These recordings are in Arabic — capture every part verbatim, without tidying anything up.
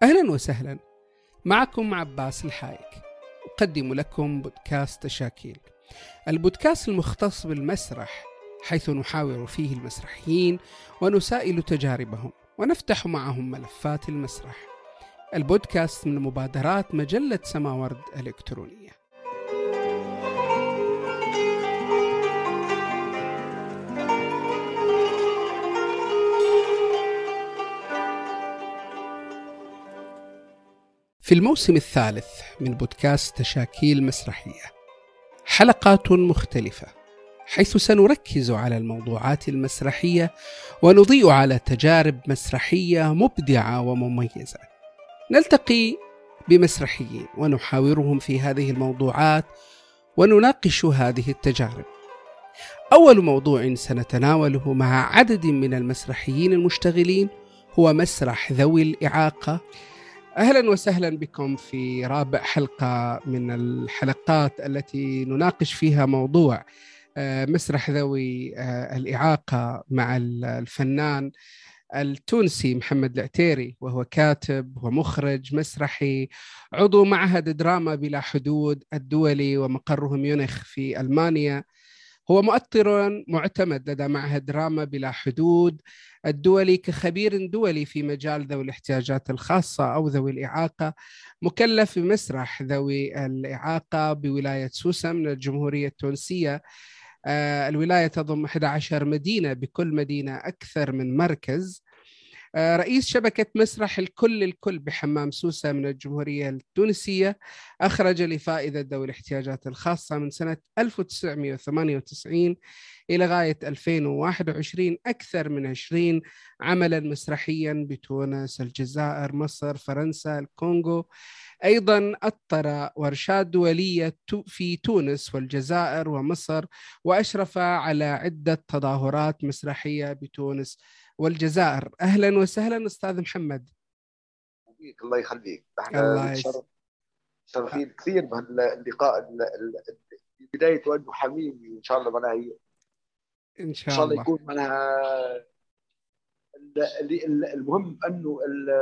أهلا وسهلا، معكم عباس الحايك، أقدم لكم بودكاست تشاكيل، البودكاست المختص بالمسرح، حيث نحاور فيه المسرحيين ونسائل تجاربهم ونفتح معهم ملفات المسرح. البودكاست من مبادرات مجلة سماورد الإلكترونية. في الموسم الثالث من بودكاست تشاكيل مسرحية حلقات مختلفة، حيث سنركز على الموضوعات المسرحية ونضيء على تجارب مسرحية مبدعة ومميزة. نلتقي بمسرحيين ونحاورهم في هذه الموضوعات ونناقش هذه التجارب. أول موضوع سنتناوله مع عدد من المسرحيين المشتغلين هو مسرح ذوي الإعاقة. أهلا وسهلا بكم في رابع حلقة من الحلقات التي نناقش فيها موضوع مسرح ذوي الإعاقة مع الفنان التونسي محمد العتيري، وهو كاتب ومخرج مسرحي، عضو معهد دراما بلا حدود الدولي ومقره ميونخ في ألمانيا. هو مؤطر معتمد لدى معهد دراما بلا حدود الدولي كخبير دولي في مجال ذوي الاحتياجات الخاصة أو ذوي الإعاقة، مكلف بمسرح ذوي الإعاقة بولاية سوسة من الجمهورية التونسية. آه الولاية تضم أحد عشر مدينة، بكل مدينة أكثر من مركز. آه رئيس شبكة مسرح الكل الكل بحمام سوسة من الجمهورية التونسية، أخرج لفائدة ذوي الاحتياجات الخاصة من سنة ألف وتسعمائة وثمانية وتسعين إلى غاية ألفين وواحد وعشرين أكثر من عشرين عملا مسرحيا بتونس، الجزائر، مصر، فرنسا، الكونغو. أيضا أطر ورشات دولية في تونس والجزائر ومصر، وأشرف على عدة تظاهرات مسرحية بتونس والجزائر. أهلا وسهلا أستاذ محمد. الله يخليك، الله احنا شرف شرفين كثير بهاللقاء بداية وأنه حميمي، وإن شاء الله معناها هي إن شاء, إن شاء الله الله يكون معناها المهم أنه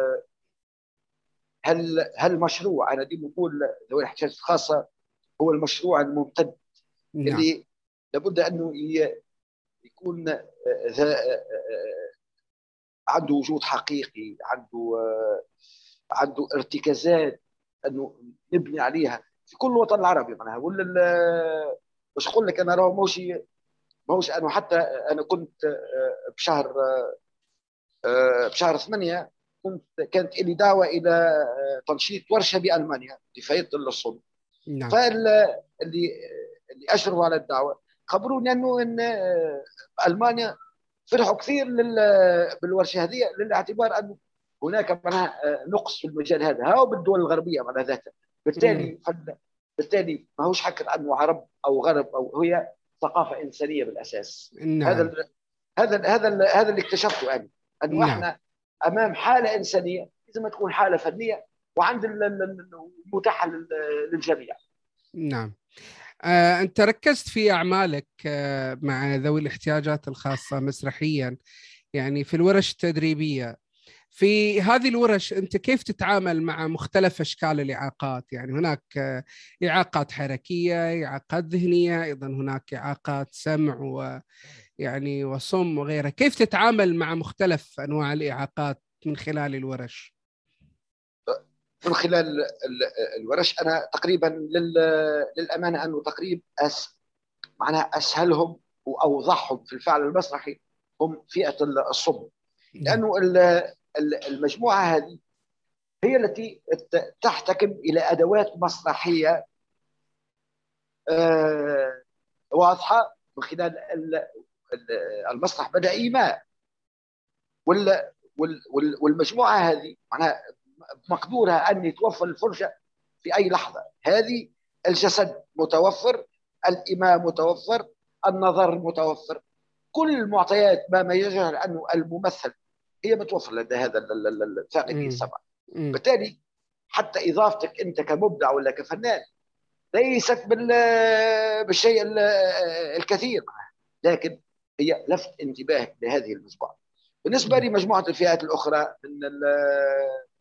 هل هالمشروع أنا دي بقول ذوي الاحتياجات الخاصة هو المشروع الممتد. نعم. اللي لابد أنه يكون عنده وجود حقيقي، عنده عنده ارتكازات انه نبني عليها في كل الوطن العربي معناها. ولا باش نقول لك انا راه موش موش انا حتى انا كنت بشهر بشهر ثمانية كنت كانت لي دعوه الى تنشيط ورشه بالمانيا لفائده الصم. نعم. فاللي اللي اشرفوا على الدعوه خبروني انه ان المانيا فرحوا كثير بالورشه هذه، للاعتبار انه هناك معناها نقص في المجال هذا ها بالدول الغربيه معناها ذاتها. بالتالي بالتالي ما هوش حكر انه عرب او غرب، او هي ثقافه انسانيه بالاساس. نعم. هذا ال هذا ال هذا ال هذا اللي اكتشفته انا، انه نعم. احنا امام حاله انسانيه لازم تكون حاله فنيه وعند المتاحه للجميع. نعم. آه، أنت ركزت في أعمالك آه، مع ذوي الاحتياجات الخاصة مسرحيا، يعني في الورش التدريبية. في هذه الورش أنت كيف تتعامل مع مختلف أشكال الإعاقات؟ يعني هناك آه، إعاقات حركية، إعاقات ذهنية، أيضا هناك إعاقات سمع ويعني وصم وغيرها. كيف تتعامل مع مختلف أنواع الإعاقات من خلال الورش؟ من خلال الورش أنا تقريبا للأمانة أنه تقريبا أس معناها أسهلهم وأوضحهم في الفعل المسرحي هم فئة الصم، لأنه المجموعة هذه هي التي تحتكم إلى أدوات مسرحية واضحة من خلال المسرح بدأ إيماء. والمجموعة هذه معناها مقدورها أن يتوفر الفرجة في أي لحظة. هذه الجسد متوفر، الإيماء متوفر، النظر متوفر، كل المعطيات ما يجعل أنه الممثل هي متوفر لدى هذا الفاقد السمع. بالتالي حتى إضافتك أنت كمبدع ولا كفنان ليست بالشيء الكثير، لكن هي لفت انتباهك لهذه المجموعة. بالنسبة لمجموعة الفئات الأخرى من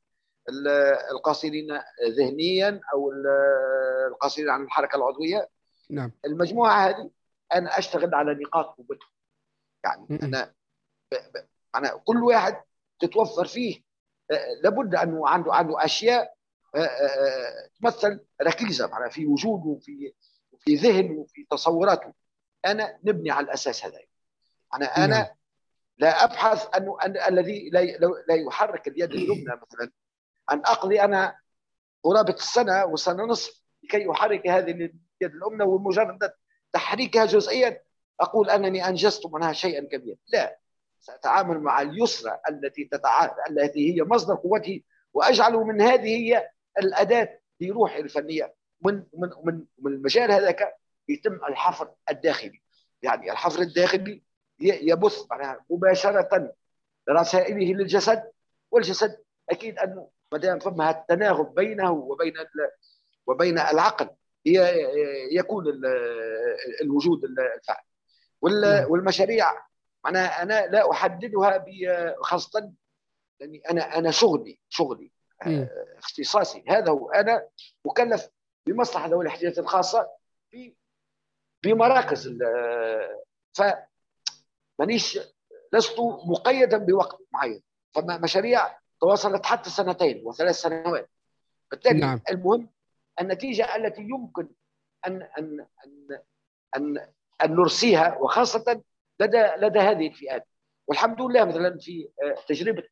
القاصرين ذهنيا أو القاصرين عن الحركة العضوية. نعم. المجموعة هذه أنا أشتغل على نقاط قوتهم. يعني م-م. أنا ب... ب... أنا كل واحد تتوفر فيه آه، لابد أنه عنده عنده أشياء آه، آه، تمثل ركيزة معناها في وجوده وفي في ذهنه وفي تصوراته. أنا نبني على الأساس هذا. أنا نعم. أنا لا أبحث أنه أن الذي لا لا يحرك اليد اليمنى مثلا أن أقضي أنا قرابة السنة وسنة نصف لكي أحرك هذه اليد اليمنى، ومجرد تحريكها جزئيا أقول أنني أنجزت منها شيئا كبيرا. لا، سأتعامل مع اليسرى التي تتع... التي هي مصدر قوتي، وأجعل من هذه هي الأداة لروحي الفنية. من من من من المجال هذاك يتم الحفر الداخلي. يعني الحفر الداخلي يبث معناها مباشرة رسائله للجسد، والجسد أكيد أنه ما دام فما التناغم بينه وبين وبين العقل يكون الوجود الفعلي. نعم. والمشاريع معناها أنا لا أحددها خاصة لأني أنا أنا شغلي شغلي م. اختصاصي هذا هو. أنا مكلف بمصلحة ذوي الاحتياجات الخاصة في بمراكز، ف مانيش لست مقيدا بوقت معين. فما مشاريع تواصلت حتى سنتين وثلاث سنوات. بالتالي نعم. المهم النتيجة التي يمكن أن أن أن أن, أن نرسيها، وخاصة لدى لدى هذه الفئات. والحمد لله مثلا في تجربة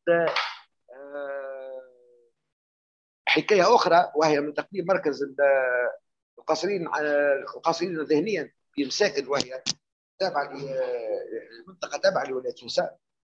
حكاية أخرى، وهي من تقديم مركز القاصرين القاصرين ذهنيا في مساكن، وهي تابعة للمنطقة تابعة لولاية سوسة.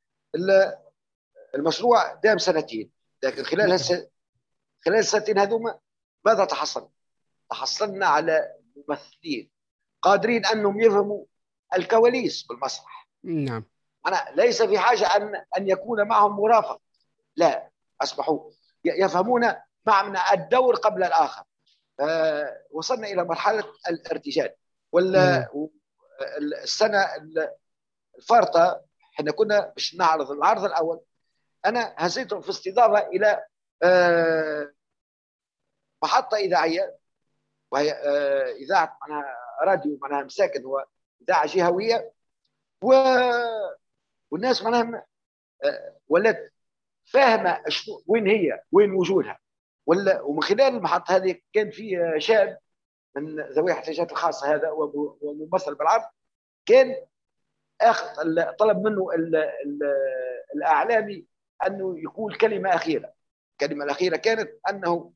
المشروع دام سنتين، لكن خلال هالس... خلال السنتين هذوما ماذا تحصلنا؟ تحصلنا على ممثلين قادرين أنهم يفهموا الكواليس بالمسرح. نعم. أنا ليس في حاجة أن أن يكون معهم مرافق، لا، أصبحوا يفهمون معنى الدور قبل الآخر. أه وصلنا إلى مرحلة الارتجال. ولا السنة الفارطة احنا كنا باش نعرض العرض الأول، أنا هزيتهم في استضافة إلى أه محطة إذاعية، وهي أه إذاعة معناها راديو معناها مساكن، هو إذاعة جهوية. و... والناس معناها أه ولات فاهمة وين هي، وين وجودها. ولا ومن خلال المحطة هذه كان في شاب من ذوي الاحتياجات الخاصة هذا وممثل بالعرض، كان أخذ طلب منه ال ال الأعلامي أنه يقول كلمة أخيرة. الكلمة الأخيرة كانت أنه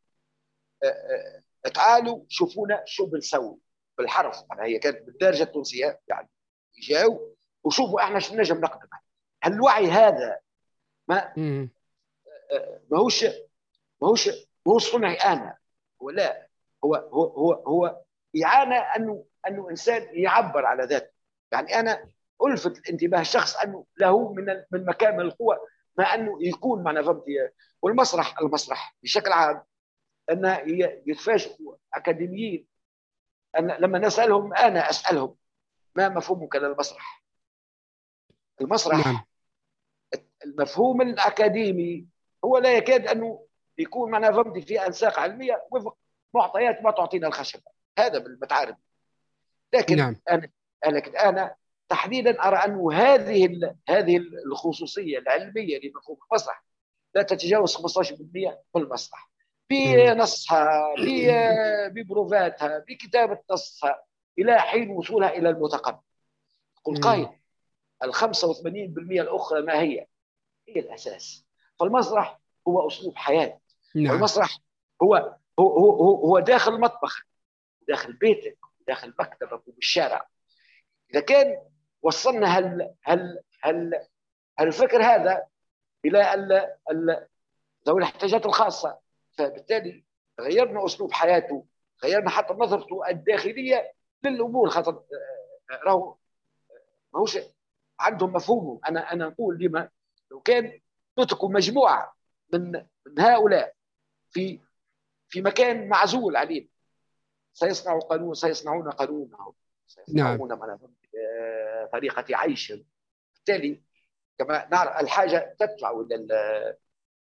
تعالوا شوفونا شو بنسوي بالحرف. يعني هي كانت بالدارجة التونسية، يعني يجاو وشوفوا احنا شو نجم نقدم. هالوعي هذا ما ماهوش ماهوش هو صنعي انا، ولا هو هو هو هو إعانة انه انه انسان يعبر على ذاته. يعني انا الفت الانتباه الشخص انه له من من مكامن القوه ما انه يكون معنا فهمتي. والمسرح المسرح بشكل عام ان يتفاجئوا اكاديميين أن لما نسالهم، انا اسالهم ما مفهومك للمسرح؟ المسرح نعم. المفهوم الاكاديمي هو لا يكاد انه يكون معنا فهمتي في انساق علميه وفق معطيات ما تعطينا الخشبه، هذا بالمتعارف. لكن نعم. انا لكن انا تحديدا ارى انه هذه هذه الخصوصيه العلميه لمفهوم المسرح لا تتجاوز خمسة عشر بالمئة من المسرح، بنصها ببروفاتها بكتابه نصها الى حين وصولها الى المتقبل. قل قائل ال خمسة وثمانين بالمئة الاخرى ما هي؟ هي الاساس. فالمسرح هو اسلوب حياه. نعم. والمسرح هو هو هو, هو داخل مطبخك، داخل بيتك، داخل مكتبك وبالشارع. اذا كان وصلنا هل هل هل الفكر هذا الى ال ذوي الاحتياجات الخاصه، فبالتالي غيرنا اسلوب حياته، غيرنا حتى نظرته الداخليه للامور. خاطر راهو ماهوش عندهم مفهومهم. انا انا نقول ديما لو كان تتركوا مجموعه من من هؤلاء في في مكان معزول عليه، سيصنع قانون سيصنعون قانونهم، سيصنعون نعم. طريقه عيش. بالتالي كما نعرف الحاجه تدفع الى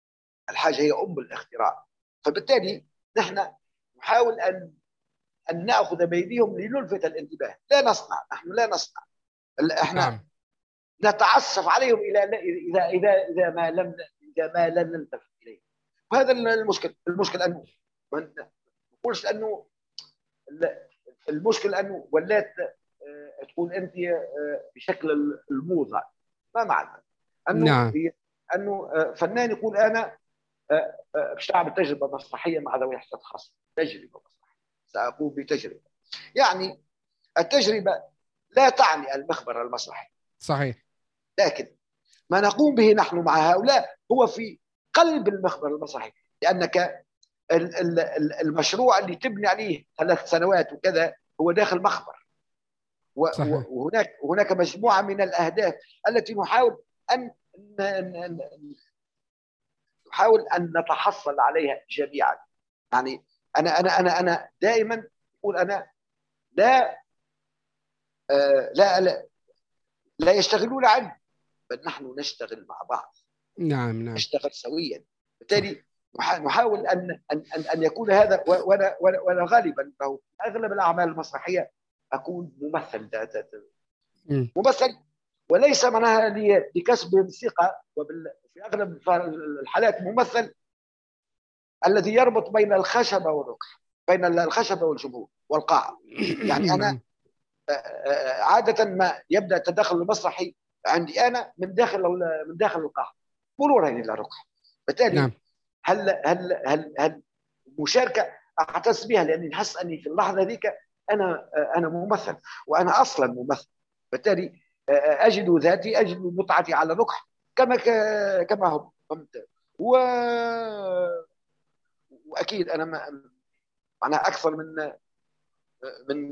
الحاجة هي أم الاختراع. فبالتالي نحن نحاول أن أن نأخذ بأيديهم لنلفت الانتباه. لا نصنع، نحن لا نصنع، احنا نعم نتعسف عليهم إلى إذا إذا إذا ما لم إذا ما لم نلتفت إليه. وهذا المشكل. المشكل أنه ما نقولش أنه المشكل أنه ولات تقول أنت بشكل الموضة. ما معنى أنه نعم أنه فنان يقول أنا باش أعمل تجربة مسرحية مع ذوي احتياجات خاصة. تجربة مسرحية، سأقوم بتجربة. يعني التجربة لا تعني المخبر المسرحي، صحيح، لكن ما نقوم به نحن مع هؤلاء هو في قلب المخبر المسرحي. لأنك المشروع اللي تبني عليه ثلاث سنوات وكذا هو داخل مخبر، صحيح. وهناك هناك مجموعة من الأهداف التي نحاول أن نحاول أن نتحصل عليها جميعا. يعني أنا أنا أنا أنا دائما أقول أنا لا آه لا لا, لا يشتغلون عني، بل نحن نشتغل مع بعض. نعم نعم نشتغل سويا. بالتالي نحاول أن أن أن يكون هذا. وأنا وأنا غالبا في أغلب الأعمال المسرحية أكون ممثل ممثل وليس معناها لكسب الثقة. وفي أغلب الحالات ممثل الذي يربط بين الخشبة والركح، بين الخشبة والجمهور والقاعة. يعني أنا عادة ما يبدأ التدخل المسرحي عندي أنا من داخل من داخل القاعة مرورا إلى الركح. بالتالي نعم. هل هل هل هل مشاركة أحتس بها، لأني نحس أني في اللحظة ذيك أنا أنا ممثل وأنا أصلا ممثل. بالتالي أجد ذاتي، أجد متعتي على الركح كما كما هم. و... وأكيد أنا ما أنا أكثر من من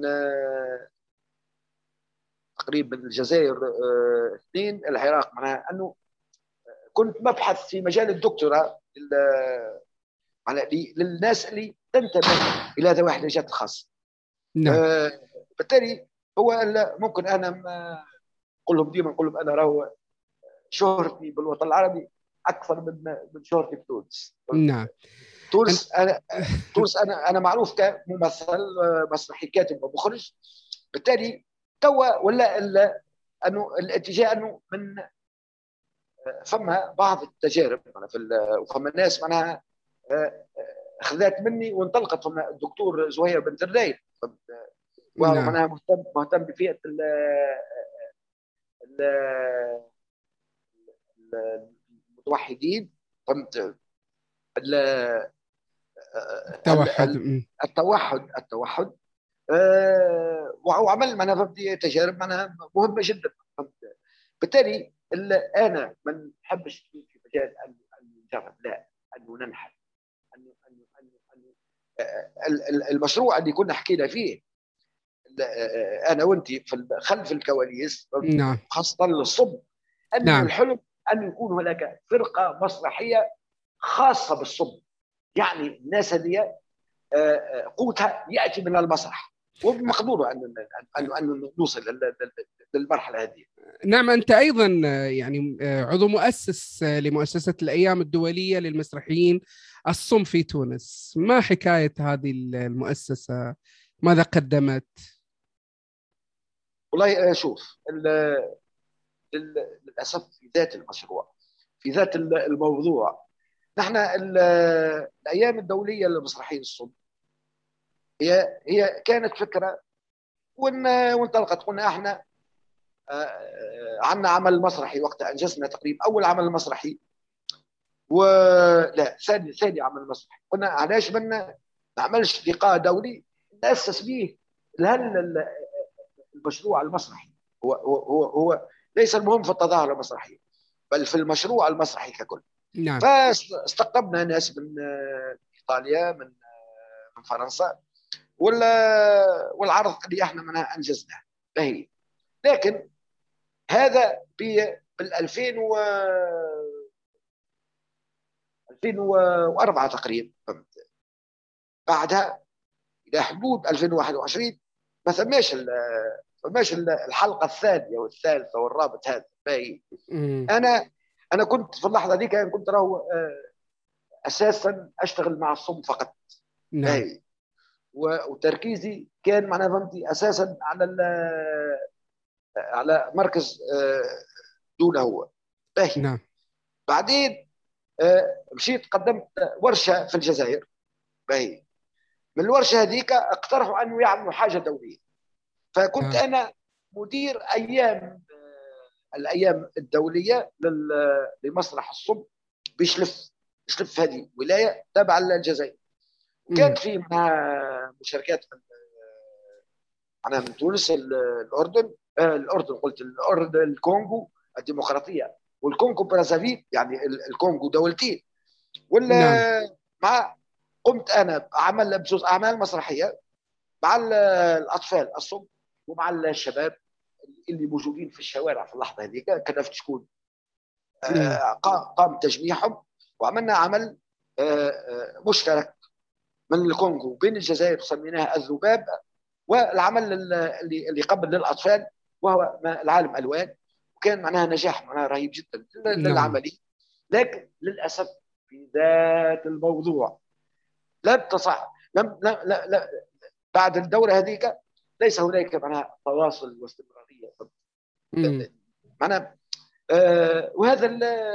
تقريبا الجزائر اثنين العراق، معناها أنه كنت مبحث في مجال الدكتوراه للناس اللي تنتبه إلى ذوي الاحتياجات الخاصة. نعم. بالتالي هو ممكن أنا أقول لهم ديما نقول لهم أنا راهو شهرتي بالوطن العربي أكثر من من شهرتي بتونس. نعم. تونس أنا تونس أنا أنا معروف كممثل مسرحي كاتب ومخرج. بالتالي توا ولا أنه الاتجاه أنه من فما بعض التجارب في وفما الناس معناها أخذت مني وانطلقت. فما الدكتور زهير بن تردايل وهو نعم. معناها مهتم مهتم بفئة المتوحدين. فهمت التوحد التوحد التوحد أه وعمل معنا فهمت تجارب معنا مهمة جدا. فهمت. بالتالي أنا ما نحبش في مجال أن نجرب، لا أنه ننحل. أنه أنه أنه أنه المشروع اللي كنا حكينا فيه أنا وأنت في خلف الكواليس، نعم. خاصة للصب، أن نعم. الحلم أن يكون هناك فرقة مسرحية خاصة بالصب. يعني الناس هذه قوتها يأتي من المسرح، وبمقدوره أن أن أن نوصل للمرحلة هذه. نعم. أنت أيضا يعني عضو مؤسس لمؤسسة الأيام الدولية للمسرحيين الصم في تونس. ما حكاية هذه المؤسسة؟ ماذا قدمت؟ والله شوف، للأسف في ذات المشروع، في ذات الموضوع، نحن الأيام الدولية للمسرحيين الصم هي هي كانت فكرة وانطلقت. قلنا احنا عندنا عمل مسرحي وقتها انجزنا تقريبا اول عمل مسرحي، ولا ثاني ثاني عمل مسرحي. قلنا علاش بدنا نعملش لقاء دولي نأسس به المشروع المسرحي. هو هو هو ليس المهم في التظاهرة المسرحية بل في المشروع المسرحي ككل. نعم. فاستقطبنا ناس من ايطاليا، من من فرنسا، ولا والعرض اللي احنا منها انجزناه باهي. لكن هذا بال ألفين و ألفين وأربعة تقريبا. بعدها الى حدود ألفين وواحد وعشرين ما ثماش فماش الحلقه الثانيه والثالثه والرابط هذا باهي. انا انا كنت في اللحظه ذيك كنت راهو اساسا اشتغل مع الصم فقط. نعم. وتركيزي كان معناها فهمتي اساسا على على مركز دولة هو باهي. نعم. بعدين مشيت قدمت ورشه في الجزائر باهي. من الورشه هذيك اقترحوا انه يعملوا حاجه دوليه، فكنت آه. انا مدير ايام الايام الدوليه لمسرح الصب بشلف. شلف هذه ولايه تابعه للجزائر، وكانت في معها مشاركات من أنا من تونس، الأردن آه الأردن قلت الأردن الكونغو الديمقراطية والكونغو برازافيل، يعني الكونغو دولتين. ولا نعم. مع قمت أنا عمل بزوز أعمال مسرحية مع الأطفال الصم ومع الشباب اللي موجودين في الشوارع في اللحظة هذيك. كلفت شكون آه قام تجميعهم، وعملنا عمل آه آه مشترك من الكونغو بين الجزائر سميناها الذباب، والعمل اللي اللي قبل للاطفال وهو العالم الوان، وكان معناها نجاح معناها رهيب جدا للعمليه. لكن للاسف في ذات الموضوع لم تصح لم لا لا لا بعد الدوره هذيك ليس هناك معناها تواصل واستمراريه معناها آه وهذا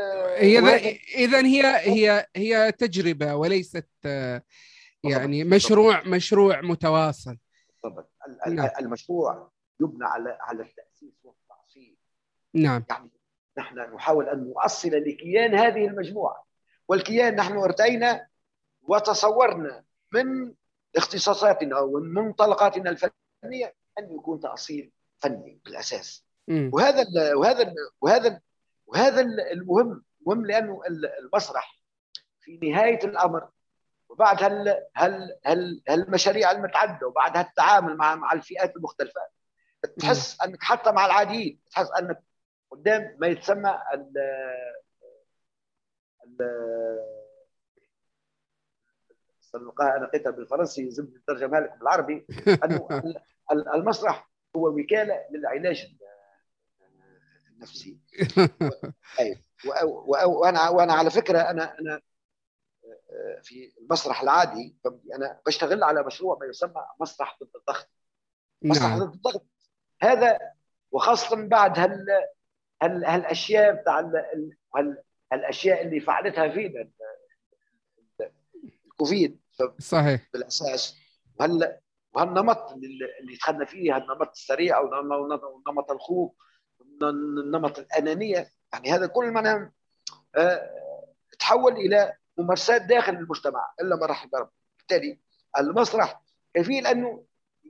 اذا هي هي هي تجربه وليست آه يعني مشروع مشروع متواصل. طبعا المشروع يبنى على على التأسيس والتعصيب. نعم. يعني نحن نحاول أن نؤصل لكيان هذه المجموعة، والكيان نحن ارتئينا وتصورنا من اختصاصاتنا ومن منطلقاتنا الفنية أن يكون تأصيل فني بالأساس. م. وهذا ال وهذا ال وهذا ال وهذا المهم مهم لأنه المسرح في نهاية الأمر وبعد هال هال هال هالمشاريع المتعدده وبعد هالتعامل مع مع الفئات المختلفه، تحس انك حتى مع العاديين تحس انك قدام ما يتسمى ال ال انا قلتها بالفرنسي زبد الترجمه لك بالعربي انه المسرح هو وكاله للعلاج النفسي. وانا وانا على فكره انا انا في المسرح العادي انا بشتغل على مشروع ما يسمى مسرح ضد الضغط. مسرح ضد الضغط هذا، وخاصه بعد هال هال هالاشياء بتاع هال هالاشياء اللي فعلتها فينا الكوفيد صحيح بالاساس، وهال وهالنمط اللي دخلنا فيه، هالنمط السريع ونمط الخوف والنمط الانانيه، يعني هذا كل ما تحول الى ممارسات داخل المجتمع الا ما رحم ربي. بالتالي المسرح كفيل انه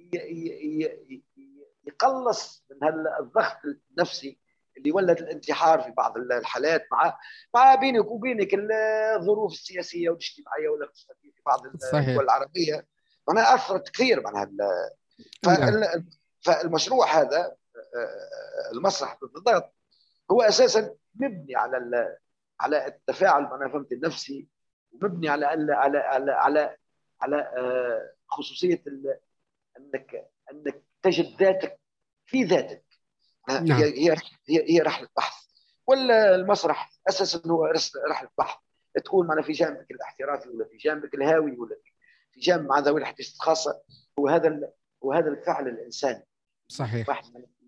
يقلص من هذا الضغط النفسي اللي ولد الانتحار في بعض الحالات مع مع بينك وبينك الظروف السياسيه والاجتماعيه والاقتصاديه في بعض الدول العربيه معناها اثرت كثير مع هذا. فالمشروع هذا المسرح ضد الضغط هو اساسا مبني على على التفاعل مع فهمت النفسي، ومبني على على على على على خصوصيه انك انك تجد ذاتك في ذاتك. نعم. هي هي هي رحله بحث، ولا المسرح اساسا هو رحله بحث تكون معنا في جانبك الاحترافي ولا في جانبك الهاوي ولا في جانب مع ذوي الاحتياجات الخاصه. وهذا وهذا الفعل الانساني صحيح.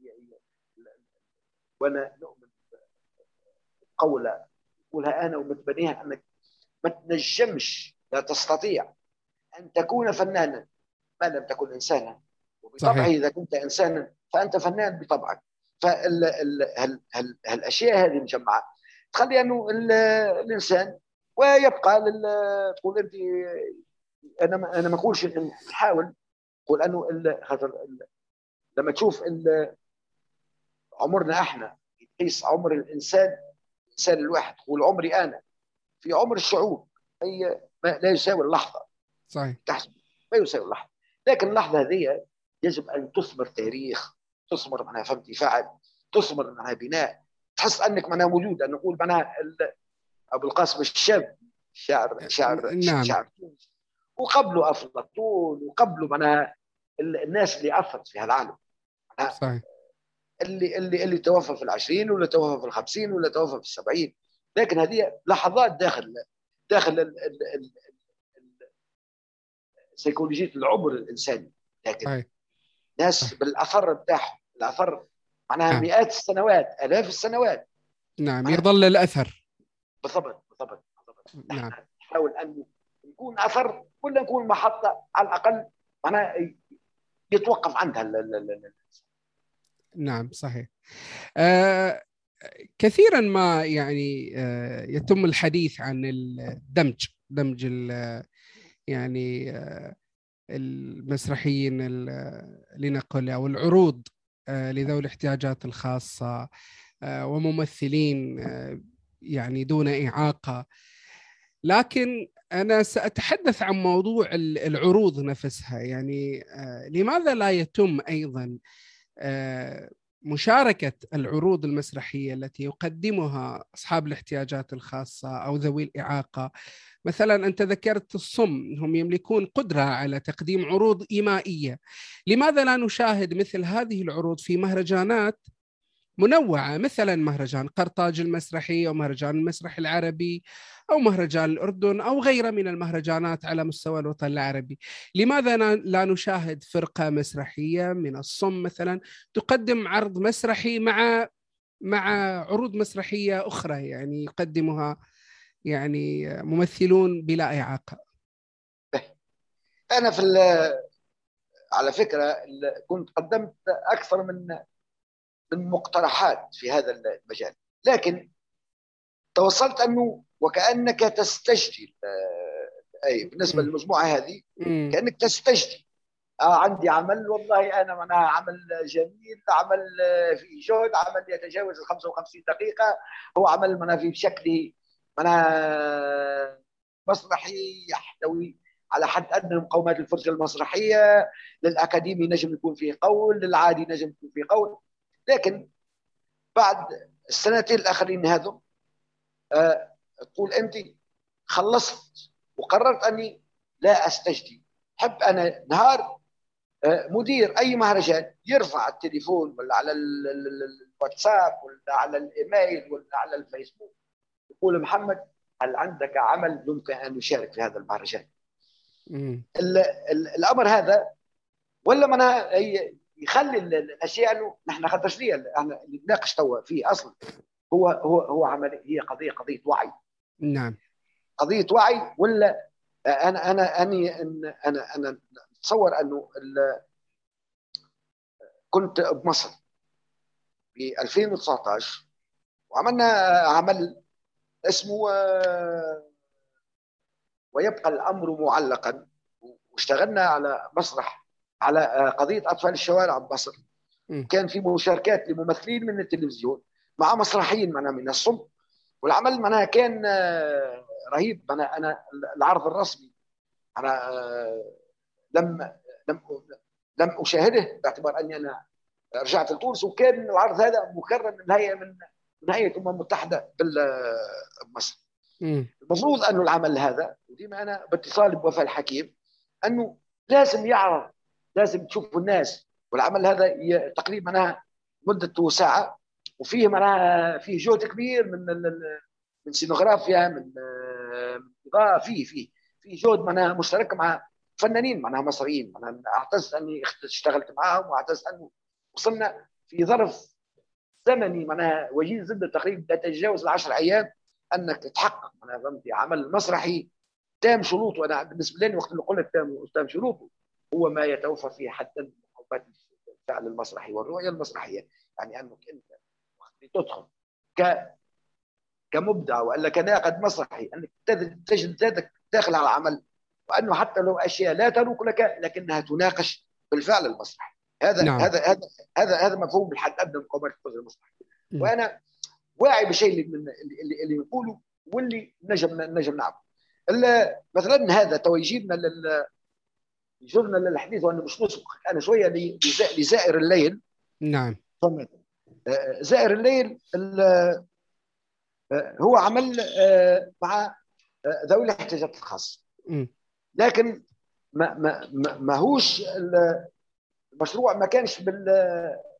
وانا نؤمن قوله أقولها أنا ومتبنيها أنك ما تنجمش لا تستطيع أن تكون فنانا ما لم تكن إنسانا، وبطبعه إذا كنت إنسانا فأنت فنان بطبعك. فالأشياء هذه مجمعة تخلي أنه الإنسان ويبقى تقول أنت أنا أنا ما أقولش نحاول أقول أنه لما تشوف عمرنا إحنا يقيس عمر الإنسان الإنسان الواحد تقول عمري أنا في عمر الشعوب هي لا يساوي اللحظة. صحيح. تحسب ما يساوي اللحظة، لكن اللحظة هذه يجب أن تثمر تاريخ، تثمر معناها فهمتي فعل، تثمر معناها بناء، تحس أنك معناها موجود. أن نقول معناها أبو القاسم الشاب شاعر شاعر نعم. شاعر تونس، وقبله أفلاطون، وقبله معناها الناس اللي أثرت في هذا العالم. صحيح. اللي اللي اللي توفى في العشرين ولا توفى في الخمسين ولا توفى في السبعين، لكن هذه لحظات داخل داخل ال ال ال ال سيكولوجيه العمر الانساني، لكن أي. ناس بالاثر بتاعهم، الاثر معناها نعم. مئات السنوات، الاف السنوات. نعم، معناها يظل الأثر. بالضبط بالضبط بالضبط. نعم. نحن نحاول ان نكون اثر ولا نكون محطه على الاقل معناها يتوقف عندها ال ال ال نعم صحيح. آه كثيرا ما يعني آه يتم الحديث عن الدمج، دمج ال- يعني آه المسرحيين ال- لنقل أو العروض آه لذوي الاحتياجات الخاصة، آه وممثلين آه يعني دون إعاقة. لكن أنا سأتحدث عن موضوع ال- العروض نفسها. يعني آه لماذا لا يتم أيضا آه، مشاركة العروض المسرحية التي يقدمها أصحاب الاحتياجات الخاصة أو ذوي الإعاقة؟ مثلا أنت ذكرت الصم، هم يملكون قدرة على تقديم عروض إيمائية. لماذا لا نشاهد مثل هذه العروض في مهرجانات منوعة، مثلا مهرجان قرطاج المسرحي أو مهرجان المسرح العربي أو مهرجان الأردن أو غيره من المهرجانات على مستوى الوطن العربي؟ لماذا لا نشاهد فرقة مسرحية من الصم مثلا تقدم عرض مسرحي مع مع عروض مسرحية أخرى يعني يقدمها يعني ممثلون بلا إعاقة؟ انا في على فكره كنت قدمت اكثر من من مقترحات في هذا المجال، لكن توصلت انه وكانك تستجدي اي بالنسبه م- للمجموعه هذه، م- كانك تستجدي. آه عندي عمل والله انا انا عمل جميل، عمل فيه جهد، عمل يتجاوز ال خمسة وخمسين دقيقه، هو عمل منا في شكل منا مسرحي يحتوي على حد ادنى مقومات الفرجه المسرحيه، للاكاديمي نجم يكون فيه قول، للعادي نجم يكون فيه قول. لكن بعد السنتين الاخرين هذم آه تقول انت خلصت وقررت اني لا استجدي. حب انا نهار مدير اي مهرجان يرفع التليفون ولا على الواتساب ولا على الايميل ولا على الفيسبوك يقول محمد هل عندك عمل يمكن ان يشارك في هذا المهرجان؟ م- ال ال الامر هذا ولا منا يخلي الاشياء انه نحن خاطر شنو احنا اللي نناقش توا فيه اصلا هو هو هو عمل، هي قضيه قضيه وعي. نعم. قضيه وعي ولا انا انا اني انا انا اتصور انه كنت بمصر في ألفين وتسعطعش وعملنا عمل اسمه ويبقى الامر معلقا، واشتغلنا على مسرح على قضيه اطفال الشوارع بمصر. م- كان في مشاركات لممثلين من التلفزيون مع مسرحيين معنا من الصم، والعمل معناها كان رهيب. انا انا العرض الرسمي انا لم لم لم اشاهده باعتبار اني انا رجعت لتونس، وكان العرض هذا مكرم من هيئه من من هيئه الامم المتحده بمصر. م- المفروض انه العمل هذا، وديما انا باتصال بوفاء الحكيم، انه لازم يعرض، لازم تشوفوا الناس. والعمل هذا تقريبا معناها مدته ساعه، وفيه معناها فيه جهد كبير من من سينوغرافيا، من اضاءه، فيه فيه فيه جهد معناها مشترك مع فنانين معناها مصريين. معناها اعتز اني اشتغلت معاهم، واعتز انه وصلنا في ظرف زمني معناها وجيز جدا تقريبا لا تتجاوز العشر ايام انك تحقق معناها فهمتي عمل مسرحي تام شروطه. انا بالنسبه لي وقت اللي قلت تام تام شروطه هو ما يتوفر فيه حتى مقومات الفعل المسرحي والرؤيه المسرحيه. يعني انك انت وقت تدخل ك كمبدع والا كناقد مسرحي انك تجد ذاتك داخل على العمل، وانه حتى لو اشياء لا تليق لك لكنها تناقش بالفعل المسرحي. هذا نعم. هذا هذا هذا هذا مفهوم بالحد ادنى من مقومات الفرجه المسرحيه. م- وانا واعي بالشيء اللي اللي, اللي نقوله واللي نجم نجم نعمل. مثلا هذا تو يجيبنا لل يجرنا للحديث، وانا مش نسبق انا شويه لزائر الليل. نعم. زائر الليل هو عمل مع ذوي الاحتياجات الخاصه، م- لكن ما ما ما هوش المشروع ما كانش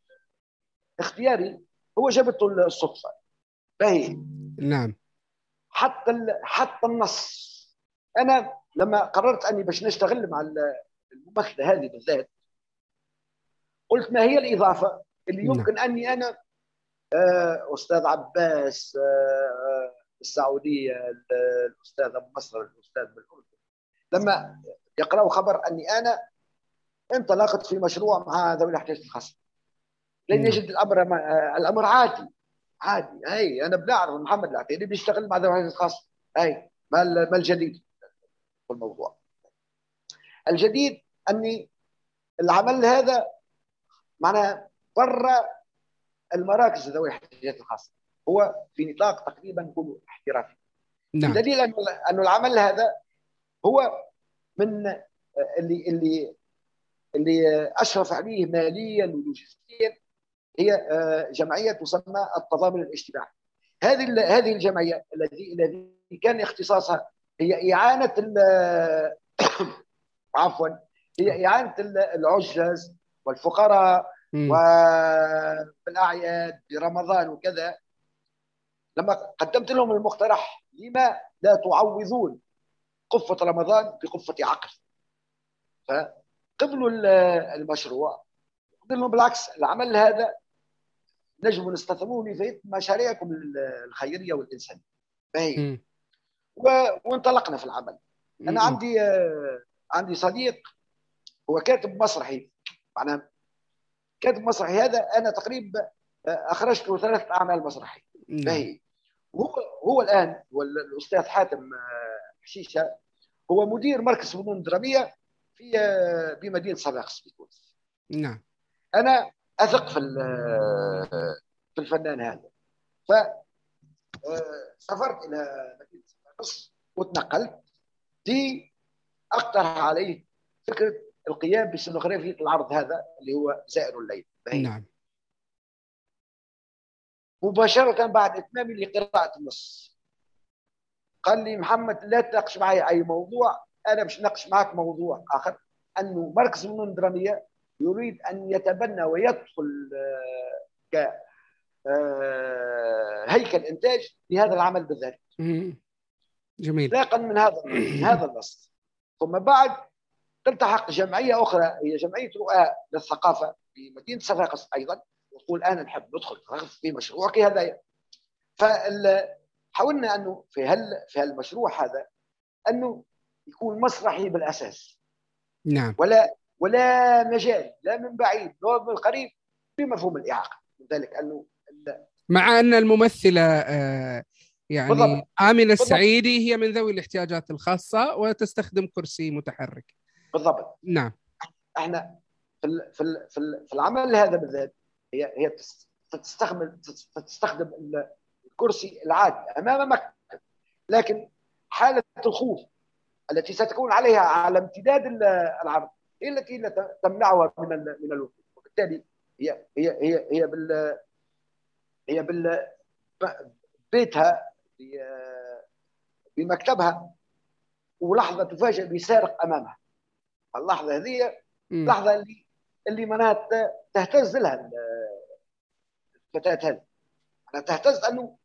بالاختياري، هو جابته الصدفه. فهي نعم. حتى حتى النص. انا لما قررت اني باش نشتغل مع الممثله هذه بالذات، قلت ما هي الاضافه اللي يمكن اني انا استاذ عباس السعوديه، الاستاذ ابو مصر، الاستاذ بالاردن، لما يقراوا خبر اني انا انطلقت في مشروع مع ذوي الاحتياجات الخاصه، لن يجد الامر الامر عادي عادي. هاي انا بنعرف محمد العتيبي بيشتغل مع ذوي الاحتياجات الخاصه. هاي ما الجديد في الموضوع؟ الجديد اني العمل هذا معناها برا المراكز ذوي الاحتياجات الخاصه، هو في نطاق تقريبا نقول احترافي. نعم. بدليل انه انه العمل هذا هو من اللي اللي اللي اشرف عليه ماليا ولوجستيا هي جمعيه تسمى التضامن الاجتماعي. هذه هذه الجمعيه الذي الذي كان اختصاصها هي اعانه عفوا هي اعانه العجز والفقراء وبالاعياد برمضان وكذا. لما قدمت لهم المقترح لما لا تعوضون قفه رمضان بقفه عقل، فقبلوا المشروع. قلت لهم بالعكس، العمل هذا نجم نستثمره في مشاريعكم الخيريه والانسانيه. فهي وانطلقنا في العمل. انا عندي عندي صديق هو كاتب مسرحي، معناه كاتب مسرحي هذا انا تقريبا اخرجت له ثلاث اعمال مسرحيه. فهي هو هو الان هو الاستاذ حاتم حشيشه، هو مدير مركز فنون دراميه في بمدينه صفاقس في تونس. نعم. انا اثق في في الفنان هذا، ف سافرت الى مدينه صفاقس وتنقلت دي اقترح عليه فكره القيام بسينوغرافيه العرض هذا اللي هو زائر الليل. نعم. مباشره بعد اتمامي لقراءه النص قال لي محمد لا تناقش معي اي موضوع، انا باش نناقش معك موضوع اخر، انه مركز فنون الدراميه يريد ان يتبنى ويدخل ك هيكل انتاج لهذا العمل بالذات. جميل. انطلاقا من هذا من هذا النص، ثم بعد تلتحق جمعيه اخرى هي جمعيه رؤى للثقافه في مدينه صفاقس ايضا، وتقول انا نحب ندخل في مشروع كهذا. فحاولنا انه في هال في هالمشروع هذا انه يكون مسرحي بالاساس. نعم. ولا ولا مجال لا من بعيد ولا من قريب بمفهوم الاعاقه، لذلك انه مع ان الممثله آه يعني بالضبط. آمنة السعيدي هي من ذوي الاحتياجات الخاصه وتستخدم كرسي متحرك. بالضبط. نعم. احنا في في في, في العمل هذا بالذات هي هي تستخدم تستخدم الكرسي العادي امام مكتب، لكن حاله الخوف التي ستكون عليها على امتداد العرض هي التي لا تمنعها من من الوقوف، وبالتالي هي هي هي هي بال هي بال بيتها بمكتبها ولحظه تفاجئ بسارق امامها. اللحظه هذه اللحظه اللي اللي معناها تهتز لها الفتاه هذه، معناها تهتز انه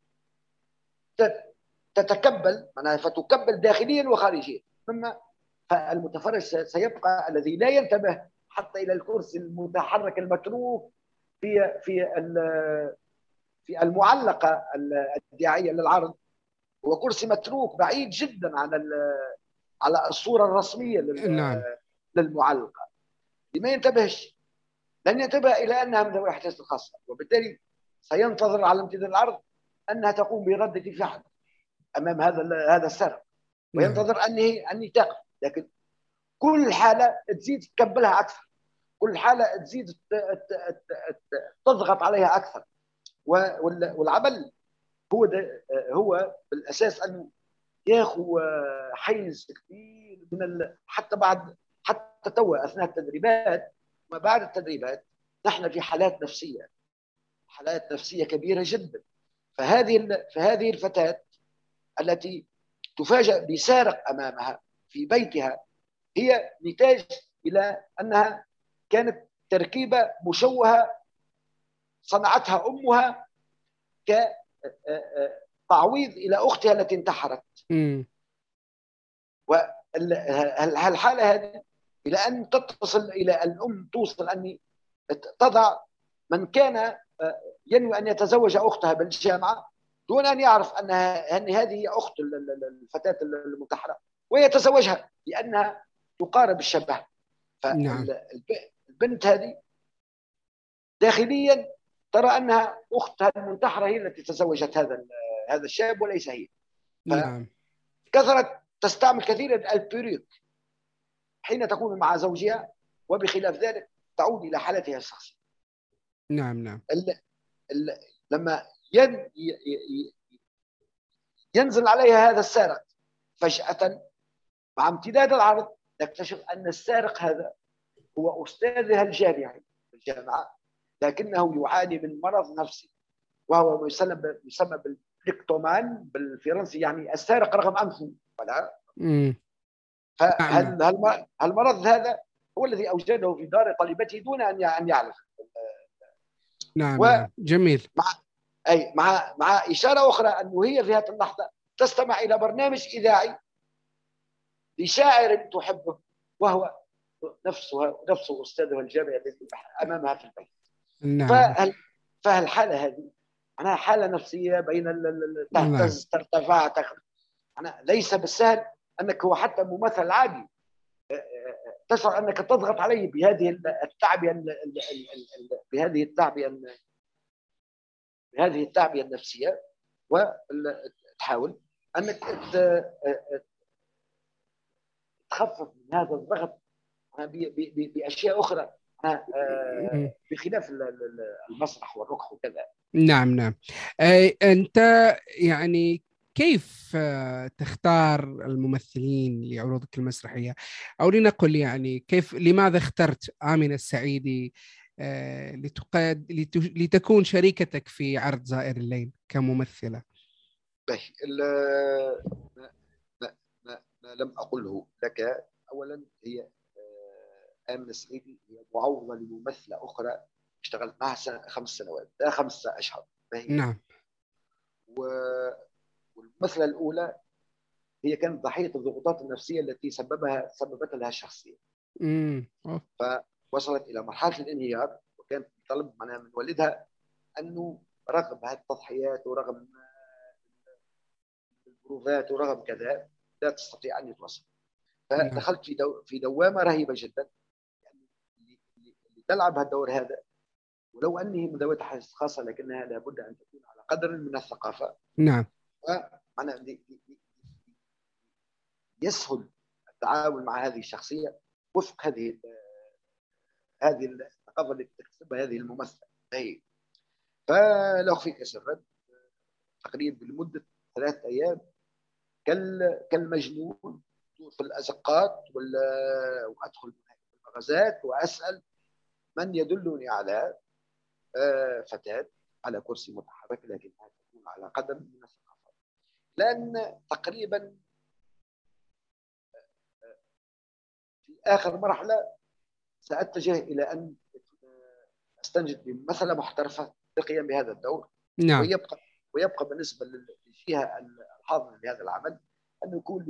تتكبل، معناها فتكبل داخليا وخارجيا. ثم فالمتفرج سيبقى الذي لا ينتبه حتى الى الكرسي المتحرك المتروك في في في المعلقه الدعائيه للعرض، هو كرسي متروك بعيد جدا عن على الصوره الرسميه نعم. للمعلقه. لما ينتبهش لن ينتبه الى انها من ذوي الاحتياجات الخاصه، وبالتالي سينتظر على امتداد العرض انها تقوم برده فعل امام هذا هذا السرق، وينتظر اني اني تقف. لكن كل حاله تزيد تكبلها اكثر، كل حاله تزيد تضغط عليها اكثر. والعمل هو ده هو بالاساس انه ياخذ حيز كبير من ال... حتى بعد حتى توا اثناء التدريبات وما بعد التدريبات نحن في حالات نفسيه حالات نفسيه كبيره جدا. فهذه فهذه الفتاه التي تفاجأ بسارق امامها في بيتها هي نتاج الى انها كانت تركيبه مشوهه صنعتها امها ك تعويض إلى أختها التي انتحرت. مم. والحالة هذه إلى أن تتصل إلى الأم، توصل أن تضع من كان ينوي أن يتزوج أختها بالجامعة دون أن يعرف أنها أن هذه هي أخت الفتاة المنتحرة، ويتزوجها لأنها تقارب الشبه. نعم. فالبنت هذه داخليا ترى أنها أختها المنتحرة هي التي تزوجت هذا هذا الشاب وليس هي. نعم. فكثرت تستعمل كثيرا البريك حين تكون مع زوجها، وبخلاف ذلك تعود إلى حالتها الشخصية. نعم. نعم. ال ال لما ين ينزل عليها هذا السارق فجأة مع امتداد العرض، تكتشف أن السارق هذا هو أستاذها الجامعي في الجامعة، لكنه يعاني من مرض نفسي وهو يسمى يسمى بالكليبتومان بالفرنسي، يعني السارق رغم أنفه. ولا فهل هالمرض هذا هو الذي أوجده في دار طالبته دون أن يعرف. نعم. نعم. جميل. مع أي مع مع إشارة أخرى أنه هي في هذه اللحظة تستمع إلى برنامج إذاعي لشاعر تحبه، وهو نفسه نفسه أستاذها الجامعي الذي أمامها في البيت. نعم. فهل فالحالة هذه أنا حالة نفسية بين تهتز ترتفع تخرج. أنا ليس بالسهل أنك هو حتى ممثل عادي تشعر أنك تضغط عليه بهذه التعبئة بهذه التعبئة بهذه التعبئة النفسية، وتحاول أنك تخفف من هذا الضغط بأشياء أخرى بخلاف المسرح والرقص وكذا. نعم. نعم. أنت يعني كيف تختار الممثلين لعروضك المسرحية، أو لنقل يعني كيف لماذا اخترت آمنة السعيدي لتقاد لتكون شريكتك في عرض زائر الليل كممثلة؟ ما, ما, ما, ما لم أقله لك. أولا هي آمنة السعيدي هي معوضة لممثلة أخرى اشتغلت معها سنة خمس سنوات لا خمسة أشهر. نعم. والممثلة الأولى هي كانت ضحية الضغوطات النفسية التي سببها سببت لها الشخصية. امم فوصلت إلى مرحلة الانهيار، وكانت تطلب منها من والدها أنه رغم هذه التضحيات ورغم البروفات ورغم كذا لا تستطيع أن يتوصل. فدخلت في دو في دوامة رهيبة جدا يعني لتلعب هالدور هذا، ولو أنه من ذوات حاسة خاصة لكنها لابد أن تكون على قدر من الثقافة. نعم. ومعنى يسهل التعامل مع هذه الشخصية وفق هذه هذه الثقافة التي تكتسبها هذه الممثلة. هي فلو فيك سرا تقريبا لمدة ثلاثة أيام كالمجنون في الأزقات وأدخل في المغازات وأسأل من يدلني على فتاة على كرسي متحرك لكنها تكون على قدم من الثقافة. لأن تقريبا في آخر مرحلة سأتجه إلى أن أستنجد بمثلة محترفة للقيام بهذا الدور. نعم. ويبقى ويبقى بالنسبة للجهة الحاضنة لهذا العمل أن يكون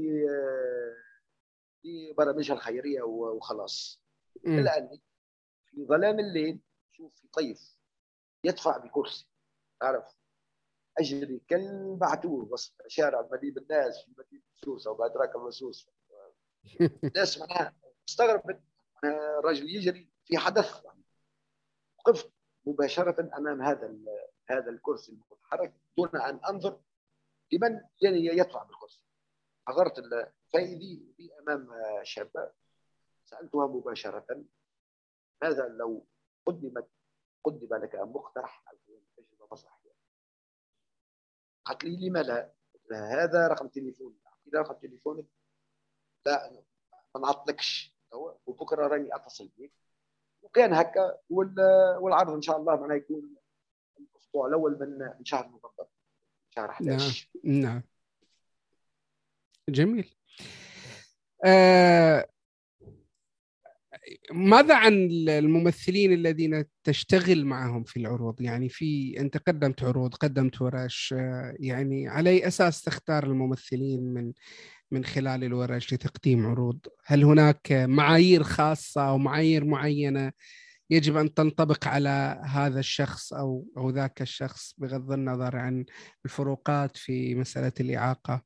لبرامجها الخيرية وخلاص. إلا أني في ظلام الليل شوف في طيف يدفع بكرسي، تعرف أجري كالمعتوه وسط شارع مليء بالناس في مدينة سوسة وبأدراك مسوسة. الناس معناها استغربت، رجل يجري في حدث. وقفت مباشرة أمام هذا هذا الكرسي المتحرك دون أن أنظر لمن يدفع بالكرسي. حضرت فإذي في أمام شابة سألتها مباشرة ماذا لو قدمت قدم لك مقترح تجربة مسرحية؟ قالت لي لما لا؟ هذا رقم تليفوني. إذا رقم تليفونك لا ما نعطلكش وبكره راني اتصل بك. وكان هكا والعرض ان شاء الله معناه يكون الاسبوع الاول من شهر نوفمبر شهر أحد عشر. نعم. نعم. جميل. آه ماذا عن الممثلين الذين تشتغل معهم في العروض؟ يعني في أنت قدمت عروض، قدمت ورش، يعني على أي أساس تختار الممثلين من من خلال الورش لتقديم عروض؟ هل هناك معايير خاصة أو معايير معينة يجب أن تنطبق على هذا الشخص أو أو ذاك الشخص بغض النظر عن الفروقات في مسألة الإعاقة؟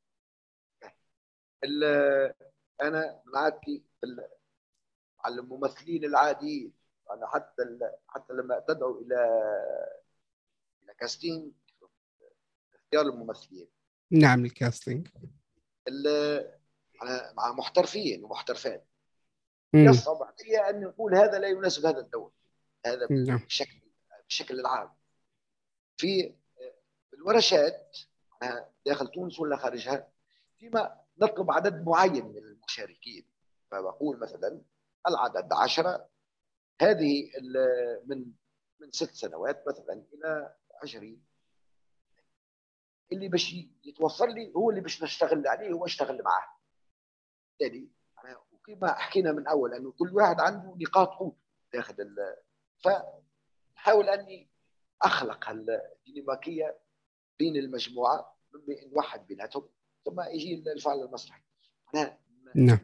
ال- انا معك على الممثلين العاديين. انا حتى ال- حتى لما تدعو الى الى كاستينج، اختيار الممثلين، نعم، الكاستنج. ال- أنا مع محترفين ومحترفات، امم. يصعب علي ان نقول هذا لا يناسب هذا الدور. هذا نعم. بشكل بشكل العام في الورشات داخل تونس ولا خارجها، فيما نطلب عدد معين من المشاركين. فبقول مثلا العدد عشرة، هذه من من ست سنوات مثلا الى عشرين، اللي باش يتوفر لي هو اللي باش نشتغل عليه واشتغل معاه. بالتالي وكما حكينا من اول انه كل واحد عنده نقاط قوه داخل ال... فنحاول اني اخلق الديناميكيه بين المجموعه، مما نوحد بيناتهم ثم يجي الفعل المسرحي. انا نعم.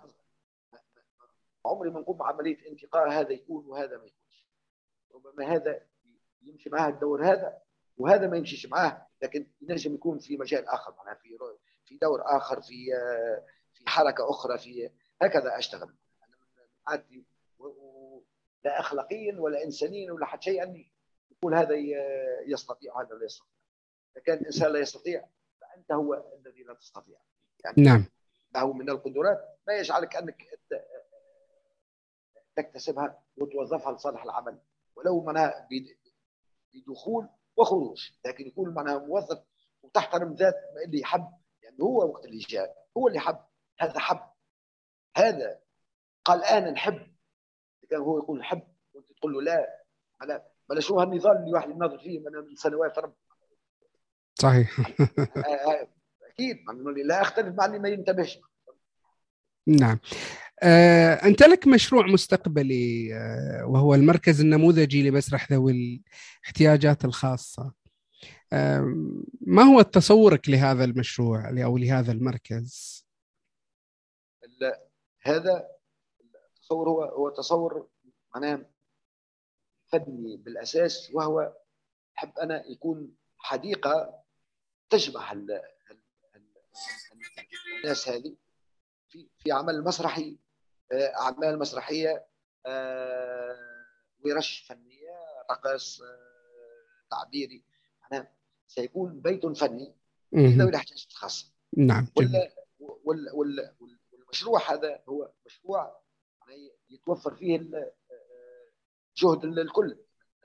عمري ما نقوم بعمليه انتقاء هذا يكون وهذا ما يكونش. ربما هذا يمشي معاه الدور هذا وهذا ما يمشيش معاه، لكن ينجم يكون في مجال اخر، معناها في في دور اخر، في في حركه اخرى، في هكذا اشتغل. انا عادي لا اخلاقيا ولا انسانيا ولا حتى شيء اني يقول هذا يستطيع وهذا لا يستطيع. اذا كان الانسان لا يستطيع فانت هو الذي لا تستطيع. يعني نعم. له من القدرات ما يجعلك انك تكتسبها وتوظفها لصالح العمل، ولو منها بدخول وخروج، لكن يكون معناها موظف وتحترم ذات اللي يحب. يعني هو وقت اللي جاء هو اللي حب، هذا حب، هذا قال انا نحب. كان هو يقول نحب وانت تقول له لا، انا بلا شو هالنظام اللي واحد يناظر فيه من سنوات رب. صحيح. اكيد لا اختلف مع اللي ما ينتبهش. نعم. آه، أنت لك مشروع مستقبلي، آه، وهو المركز النموذجي لمسرح ذوي الاحتياجات الخاصة. آه، ما هو تصورك لهذا المشروع أو لهذا المركز؟ هذا التصور هو هو تصور معناه فني بالأساس، وهو أحب أنا يكون حديقة تجمع الناس هذه في في عمل مسرحي، أعمال مسرحية، ورش فنية، رقص، تعبيري. معناها سيكون بيت فني لذوي الاحتياجات الخاصة. نعم. ولا ولا ولا والمشروع هذا هو مشروع يتوفر فيه جهد الكل،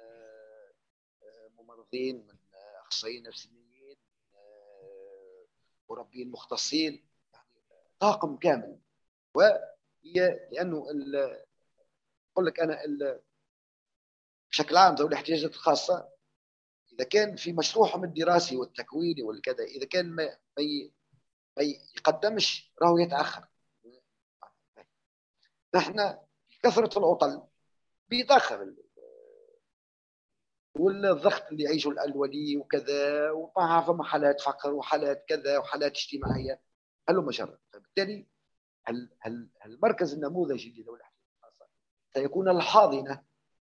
ممرضين، من اخصائيين نفسيين، مربين مختصين، يعني طاقم كامل. وهي لانه اقول لك انا بشكل عام ذوي الاحتياجات الخاصه اذا كان في مشروعهم الدراسي والتكويني والكذا، اذا كان ما ما يقدمش راهو يتاخر. نحن كثره العطل بيتاخر، والضغط اللي يعيشه الولي وكذا، ومعها فما حالات فقر وحالات كذا وحالات اجتماعيه هلو مجرد. فبالتالي هل هل المركز النموذجي لذوي الاحتياجات الخاصه سيكون الحاضنه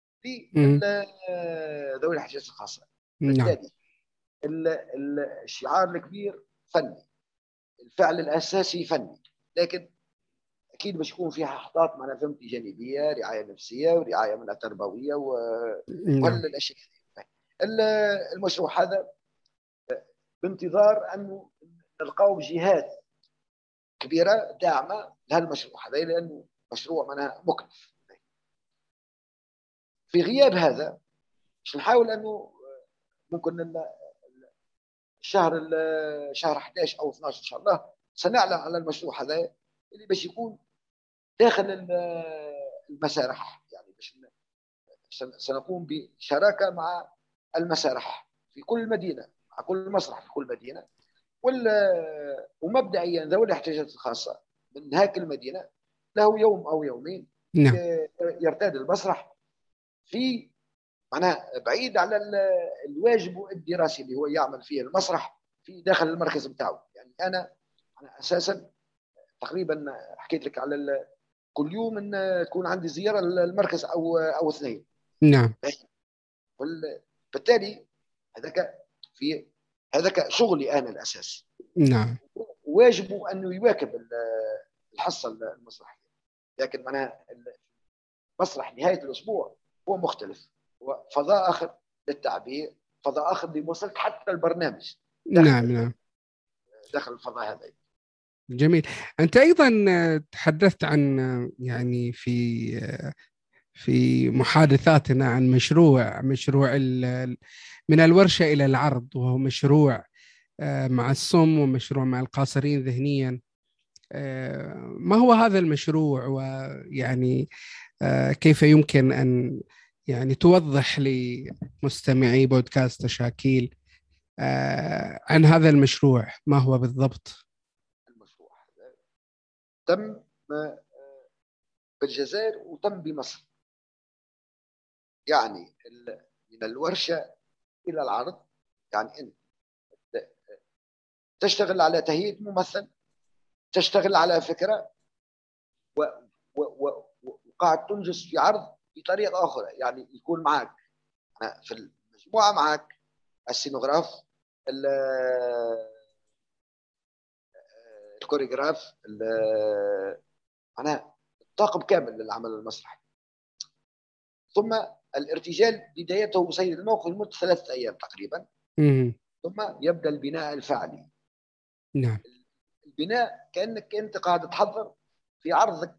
لذوي الاحتياجات الخاصه. بالتالي الشعار الكبير فني، الفعل الاساسي فني، لكن اكيد باش يكون فيها احداث معنا فهمتي جانبيه، رعايه نفسيه ورعايه منها تربويه وكل الاشياء. المشروع هذا بانتظار انه نلقاو جهات كبيره داعمه لهالمشروع هذا، لانه مشروع معناها مكلف. في غياب هذا باش نحاول انه ممكن الشهر شهر احد عشر او اثني عشر ان شاء الله سنعلن على المشروع هذا اللي باش يكون داخل المسارح. يعني باش سنقوم بشراكه مع المسارح في كل مدينه، مع كل مسرح في كل مدينه، ومبدئيا ذوي الاحتياجات الخاصه من هاك المدينه له يوم او يومين نعم. يرتاد المسرح في معناها بعيد على الواجب الدراسي اللي هو يعمل فيه المسرح في داخل المركز بتاعه. يعني انا انا اساسا تقريبا حكيت لك على كل يوم ان تكون عندي زياره للمركز او او اثنين. نعم. بالتالي هذاك في هذاك شغلي انا الاساسي. نعم. واجبه انه يواكب الحصه المسرحيه. لكن معناها مسرح نهايه الاسبوع هو مختلف، هو فضاء اخر للتعبير، فضاء اخر لمواصله حتى البرنامج نعم. داخل نعم. داخل الفضاء هذا. جميل. أنت أيضا تحدثت عن يعني في في محادثاتنا عن مشروع مشروع من الورشة إلى العرض، وهو مشروع مع الصم ومشروع مع القاصرين ذهنيا. ما هو هذا المشروع، ويعني كيف يمكن أن يعني توضح لمستمعي بودكاست تشاكيل عن هذا المشروع ما هو بالضبط؟ المشروع تم بالجزائر وتم بمصر، يعني من الورشة إلى العرض. يعني أنت تشتغل على تهيئة ممثل، تشتغل على فكرة، وقاعد تنجز في عرض بطريقة أخرى. يعني يكون معك في المجموعة معك السينوغراف، الكوريغراف، معناها الطاقم كامل للعمل المسرحي. ثم الارتجال بدايته بسيد الموقف لمدة ثلاثة أيام تقريبا. مم. ثم يبدأ البناء الفعلي. نعم. البناء كأنك أنت قاعد تحضر في عرضك،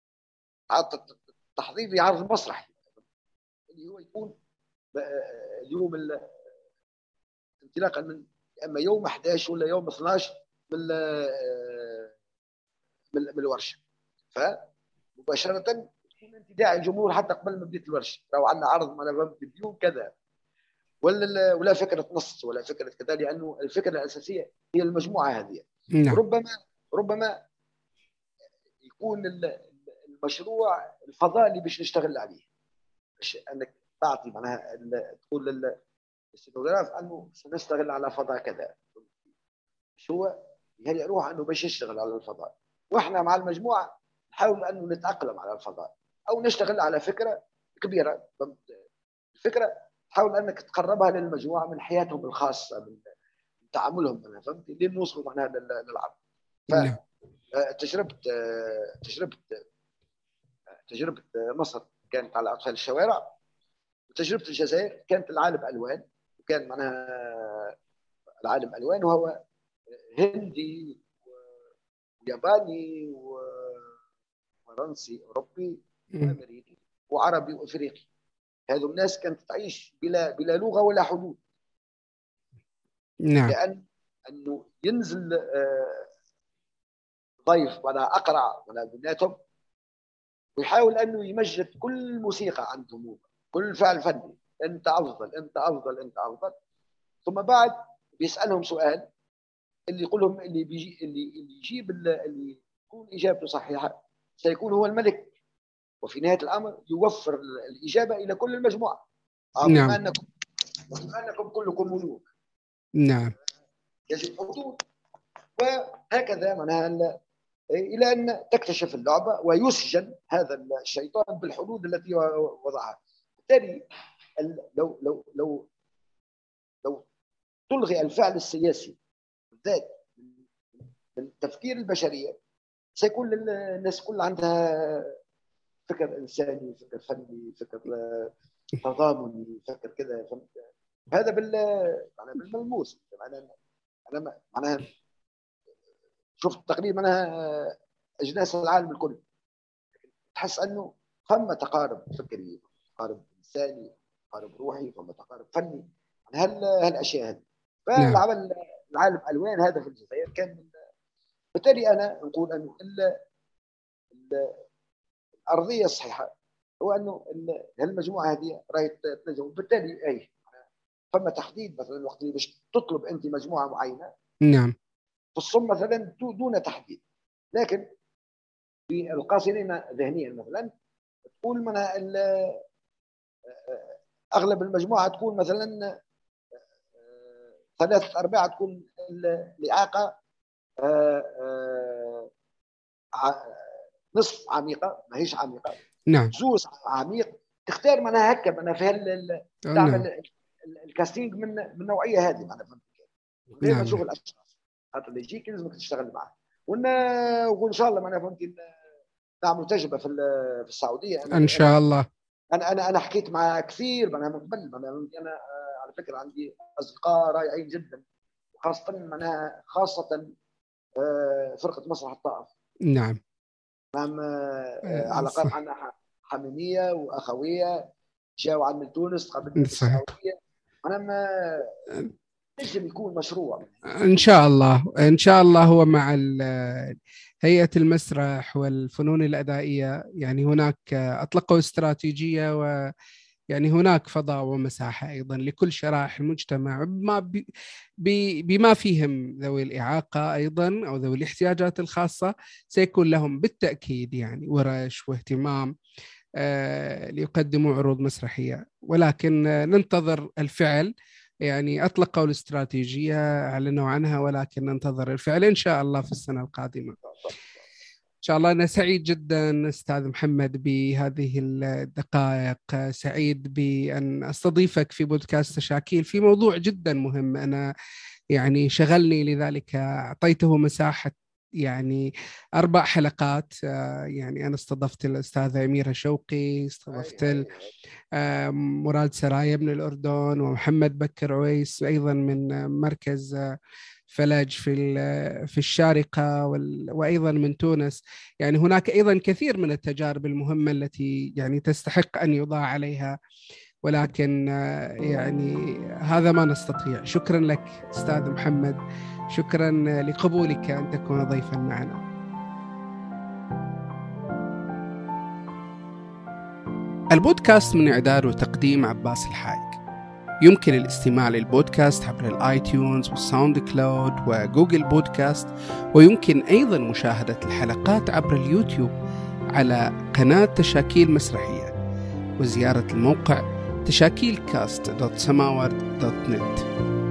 تحضير في عرض مسرحي اللي هو يكون اليوم انطلاقا من اما يوم أحد عشر ولا يوم اثني عشر من من الورشه. فمباشره تكون انت داعي الجمهور حتى قبل ما بديت الورشه، لو عندنا عرض ما انا اليوم كذا، ولا ولا فكره نص ولا فكره كذا، لانه الفكره الاساسيه هي المجموعه هذه. نعم. ربما ربما يكون المشروع الفضاء اللي باش نشتغل عليه، باش انك تعطي معناها تقول للسينوغراف انه سنشتغل على فضاء كذا، شو هل يروح انه باش يشتغل على الفضاء، واحنا مع المجموعه نحاول انه نتاقلم على الفضاء او نشتغل على فكره كبيره. الفكره تحاول انك تقربها للمجموعه من حياتهم الخاصه، من تعاملهم، انا فهمت لين نوصلوا معناها للعرض. نعم. فتجربه تجربه تجربه مصر كانت على اطفال الشوارع، وتجربه الجزائر كانت العالم الوان، وكان معناها العالم الوان وهو هندي وياباني وفرنسي اوروبي وامريكي وعربي وافريقي. هذو الناس كانت تعيش بلا بلا لغه ولا حدود. نعم. لان انه ينزل ضيف ولا اقرع ولا بناتهم ويحاول انه يمجد كل موسيقى عندهم، كل فعل فني، انت افضل انت افضل انت افضل. ثم بعد بيسالهم سؤال، اللي يقول لهم اللي بيجي اللي اللي يجيب اللي يكون اجابته صحيحه سيكون هو الملك، وفي نهايه الامر يوفر الاجابه الى كل المجموعه. نعم. بما انكم بما انكم كلكم ملوك نعم. يجب حدود، وهكذا معناها الى ان تكتشف اللعبه ويسجن هذا الشيطان بالحدود التي وضعها. بالتالي لو لو لو لو تلغي الفعل السياسي بالذات من تفكير البشريه، سيكون للناس كل عندها فكر انساني، فكر فني، فكر تضامني، فكر كذا. هذا بال معناها بالملموس. انا انا معناها شفت تقريبا انا اجناس العالم الكل، تحس انه ثم تقارب فكري، تقارب انساني، تقارب روحي، ثم تقارب فني. يعني هل هالاشياء هذه. نعم. فالعمل العالم الوان هذا في الجزائر كان من... بالتالي انا نقول انه ال... ال... الارضيه الصحيحه هو انه هالمجموعه هذه راهي تنجم. بالتالي اي ثم تحديد مثلا وقت اللي باش تطلب انت مجموعه معينه نعم. في الصم مثلا دون تحديد. لكن في القاصرين ذهنيا مثلا تقول من اغلب المجموعه تكون مثلا ثلاثه ارباع تكون الاعاقه نصف عميقه، ما هيش عميقه، نعم زوز عميق. تختار منها هكا، منها في تعمل نعم. الكاستينج من من النوعيه هذه، معناها فهمت كيف؟ غير نعم. شغل الاشخاص خاطر اللي يجيك لازمك تشتغل معاه. وان شاء الله معناها فهمت نعمل تجربه في في السعوديه. أنا ان شاء الله. انا انا انا حكيت مع كثير معناها من قبل، معناها انا على فكره عندي اصدقاء رائعين جدا، وخاصه معناها خاصه فرقه مسرح الطائف. نعم نعم. علاقات عندنا حميميه واخويه، جاوا عندنا تونس قبلنا في السعوديه. انا ما نجم يكون مشروع ان شاء الله. ان شاء الله هو مع هيئه المسرح والفنون الادائيه، يعني هناك اطلقوا استراتيجيه، و يعني هناك فضاء ومساحة أيضا لكل شرائح المجتمع بما, بما فيهم ذوي الإعاقة أيضا أو ذوي الاحتياجات الخاصة. سيكون لهم بالتأكيد يعني ورش واهتمام آه ليقدموا عروض مسرحية، ولكن ننتظر الفعل. يعني أطلقوا الاستراتيجية، أعلنوا عنها، ولكن ننتظر الفعل إن شاء الله في السنة القادمة. إن شاء الله. أنا سعيد جدا أستاذ محمد بهذه الدقائق، سعيد بأن أستضيفك في بودكاست تشاكيل في موضوع جدا مهم أنا يعني شغلني، لذلك أعطيته مساحة يعني أربع حلقات. يعني أنا استضفت الأستاذة أميرة شوقي، استضفت مراد سرايا من الأردن، ومحمد بكر عويس أيضا من مركز فلج في في الشارقة، وأيضا من تونس. يعني هناك أيضا كثير من التجارب المهمة التي يعني تستحق أن يضاع عليها، ولكن يعني هذا ما نستطيع. شكرا لك أستاذ محمد، شكرا لقبولك أن تكون ضيفا معنا. البودكاست من إعداد وتقديم عباس الحايق. يمكن الاستماع للبودكاست عبر الآي تيونز والساوند كلاود وجوجل بودكاست، ويمكن أيضا مشاهدة الحلقات عبر اليوتيوب على قناة تشاكيل مسرحية، وزيارة الموقع تشاكيل كاست دوت سماورد دوت نت.